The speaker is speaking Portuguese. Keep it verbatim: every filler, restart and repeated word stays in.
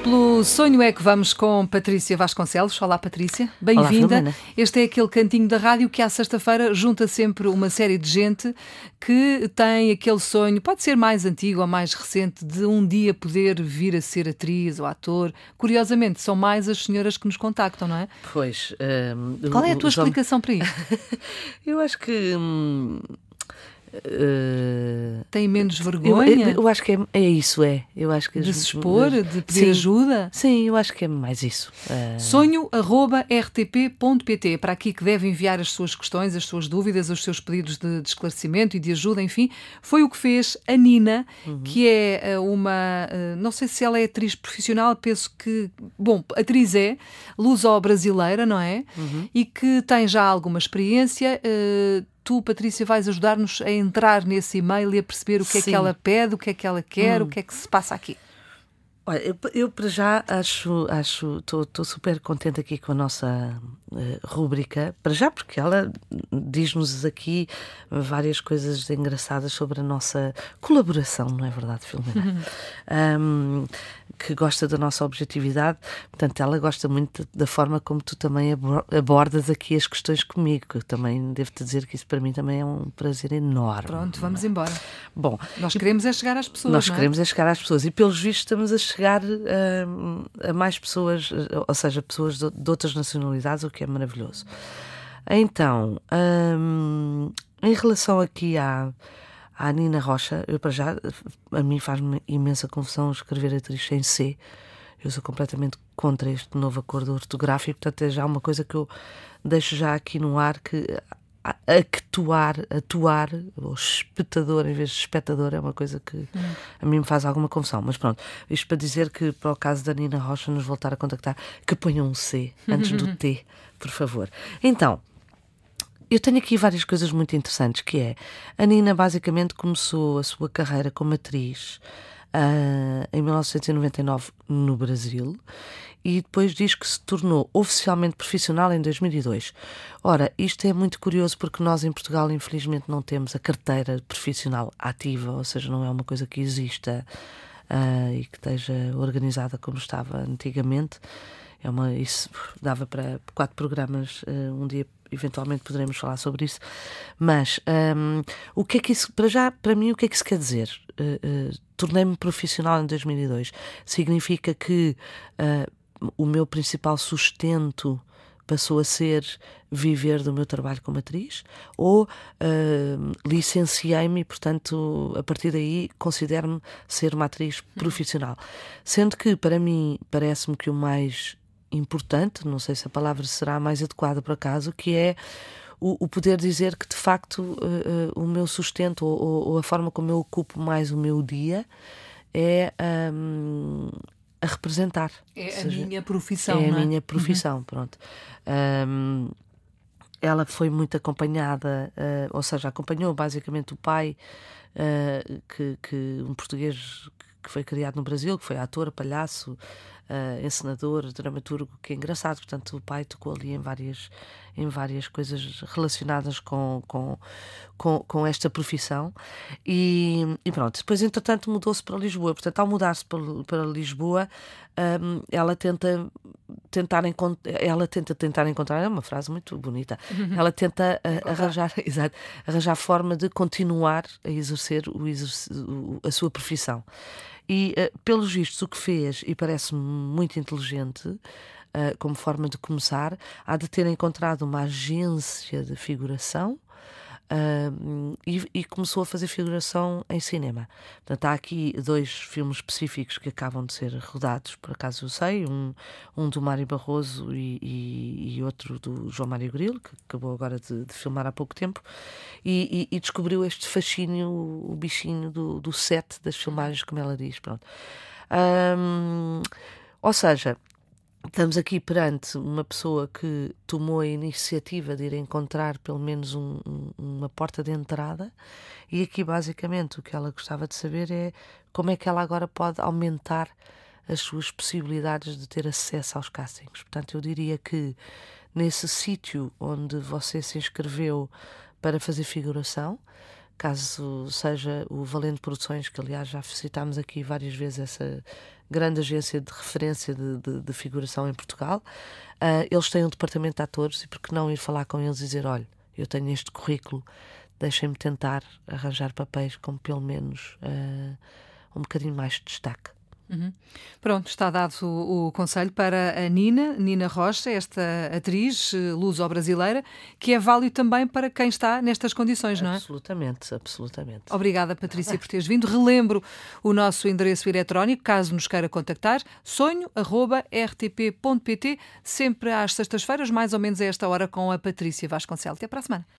Pelo Sonho é que vamos com Patrícia Vasconcelos. Olá, Patrícia, bem-vinda. Este é aquele cantinho da rádio que à sexta-feira junta sempre uma série de gente que tem aquele sonho, pode ser mais antigo ou mais recente, de um dia poder vir a ser atriz ou ator. Curiosamente, são mais as senhoras que nos contactam, não é? Pois. Um, Qual é a tua explicação para isso? Eu acho que... Hum... Uh, tem menos vergonha? Eu, eu, eu acho que é, é isso, é. Eu acho que de se expor, de pedir sim, ajuda? Sim, eu acho que é mais isso. Uh... sonho arroba r t p ponto p t. Para aqui que deve enviar as suas questões, as suas dúvidas, os seus pedidos de, de esclarecimento e de ajuda, enfim. Foi o que fez a Nina, uhum. que é uma... Não sei se ela é atriz profissional, penso que... Bom, atriz é, luso-brasileira, não é? Uhum. E que tem já alguma experiência... Uh, Tu, Patrícia, vais ajudar-nos a entrar nesse e-mail e a perceber o que Sim. é que ela pede, o que é que ela quer, hum. o que é que se passa aqui. Olha, eu, eu para já acho, acho, estou super contente aqui com a nossa uh, rúbrica, para já porque ela diz-nos aqui várias coisas engraçadas sobre a nossa colaboração, não é verdade, Filomena? um, que gosta da nossa objetividade, portanto ela gosta muito da forma como tu também abordas aqui as questões comigo, que eu também devo-te dizer que isso para mim também é um prazer enorme. Pronto, vamos embora. Bom, nós queremos é chegar às pessoas, Nós não é? queremos é chegar às pessoas e pelos vistos estamos a chegar a, a mais pessoas, ou seja, pessoas de, de outras nacionalidades, o que é maravilhoso. Então, um, em relação aqui à A Nina Rocha, eu para já, a mim faz-me imensa confusão escrever atriz sem C. Eu sou completamente contra este novo acordo ortográfico, portanto é já uma coisa que eu deixo já aqui no ar, que actuar, atuar, ou espectador em vez de espectador, é uma coisa que hum. a mim me faz alguma confusão. Mas pronto, isto para dizer que para o caso da Nina Rocha nos voltar a contactar, que ponham um C antes do T, por favor. Então, eu tenho aqui várias coisas muito interessantes, que é, a Nina basicamente começou a sua carreira como atriz uh, em mil novecentos e noventa e nove no Brasil e depois diz que se tornou oficialmente profissional em dois mil e dois. Ora, isto é muito curioso porque nós em Portugal infelizmente não temos a carteira profissional ativa, ou seja, não é uma coisa que exista uh, e que esteja organizada como estava antigamente. É uma, isso dava para quatro programas, uh, um dia eventualmente poderemos falar sobre isso, mas um, o que é que isso, para já, para mim, o que é que isso quer dizer? Uh, uh, tornei-me profissional em dois mil e dois. Significa que uh, o meu principal sustento passou a ser viver do meu trabalho como atriz, ou uh, licenciei-me e, portanto, a partir daí considero-me ser uma atriz profissional. Sendo que, para mim, parece-me que o mais importante, não sei se a palavra será mais adequada por acaso, que é o, o poder dizer que de facto uh, uh, o meu sustento ou, ou, ou a forma como eu ocupo mais o meu dia é um, a representar. É seja, a minha profissão, É não é? a minha profissão, uhum. pronto. Um, ela foi muito acompanhada, uh, ou seja, acompanhou basicamente o pai, uh, que, que um português que foi criado no Brasil, que foi ator, palhaço, uh, encenador, dramaturgo, que é engraçado. Portanto, o pai tocou ali em várias, em várias coisas relacionadas com, com, com, com esta profissão. E, e pronto, depois, entretanto, mudou-se para Lisboa. Portanto, ao mudar-se para, para Lisboa, um, ela tenta tentar encontrar, ela tenta tentar encontrar, é uma frase muito bonita, ela tenta uh, arranjar, exato, arranjar forma de continuar a exercer, o exercer o, a sua profissão. E, uh, pelos vistos, o que fez, e parece-me muito inteligente, uh, como forma de começar, há de ter encontrado uma agência de figuração uh, e, e começou a fazer figuração em cinema. Portanto, há aqui dois filmes específicos que acabam de ser rodados, por acaso eu sei, um, um do Mário Barroso e, e, e outro do João Mário Grilo, que acabou agora de, de filmar há pouco tempo, e, e, e descobriu este fascínio, o bichinho do, do set das filmagens, como ela diz, pronto. Um, ou seja, estamos aqui perante uma pessoa que tomou a iniciativa de ir encontrar pelo menos um, um, uma porta de entrada, e aqui basicamente o que ela gostava de saber é como é que ela agora pode aumentar as suas possibilidades de ter acesso aos castings. Portanto, eu diria que nesse sítio onde você se inscreveu para fazer figuração, caso seja o Valente Produções, que aliás já citámos aqui várias vezes essa grande agência de referência de, de, de figuração em Portugal. Uh, eles têm um departamento de atores, e por que não ir falar com eles e dizer, olha, eu tenho este currículo, deixem-me tentar arranjar papéis com pelo menos uh, um bocadinho mais de destaque. Uhum. Pronto, está dado o, o conselho para a Nina, Nina Rocha, esta atriz luso-brasileira, que é válido também para quem está nestas condições, não é? Absolutamente, absolutamente. Obrigada, Patrícia, por teres vindo. Relembro o nosso endereço eletrónico, caso nos queira contactar, sonho arroba r t p ponto p t, sempre às sextas-feiras, mais ou menos a esta hora, com a Patrícia Vasconcelos. Até para a semana.